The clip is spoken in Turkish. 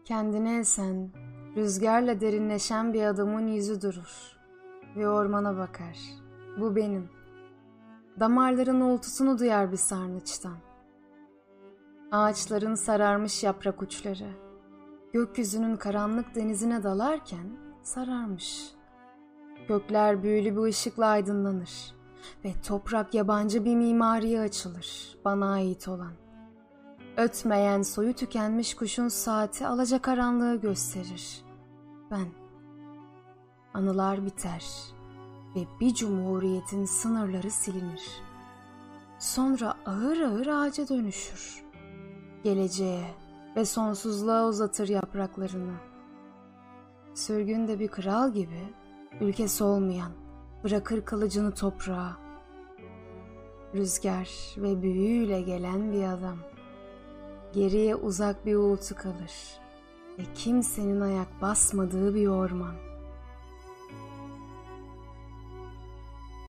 Kendine esen, rüzgarla derinleşen bir adamın yüzü durur ve ormana bakar. Bu benim. Damarların uğultusunu duyar bir sarnıçtan. Ağaçların sararmış yaprak uçları, gökyüzünün karanlık denizine dalarken sararmış. Gökler büyülü bir ışıkla aydınlanır ve toprak yabancı bir mimariye açılır, bana ait olan. Ötmeyen, soyu tükenmiş kuşun saati alacakaranlığı gösterir. Ben. Anılar biter ve bir cumhuriyetin sınırları silinir. Sonra ağır ağır ağaca dönüşür. Geleceğe ve sonsuzluğa uzatır yapraklarını. Sürgün de bir kral gibi, ülkesi olmayan, bırakır kılıcını toprağa. Rüzgar ve büyüyle gelen bir adam. Geriye uzak bir uğultu kalır ve kimsenin ayak basmadığı bir orman.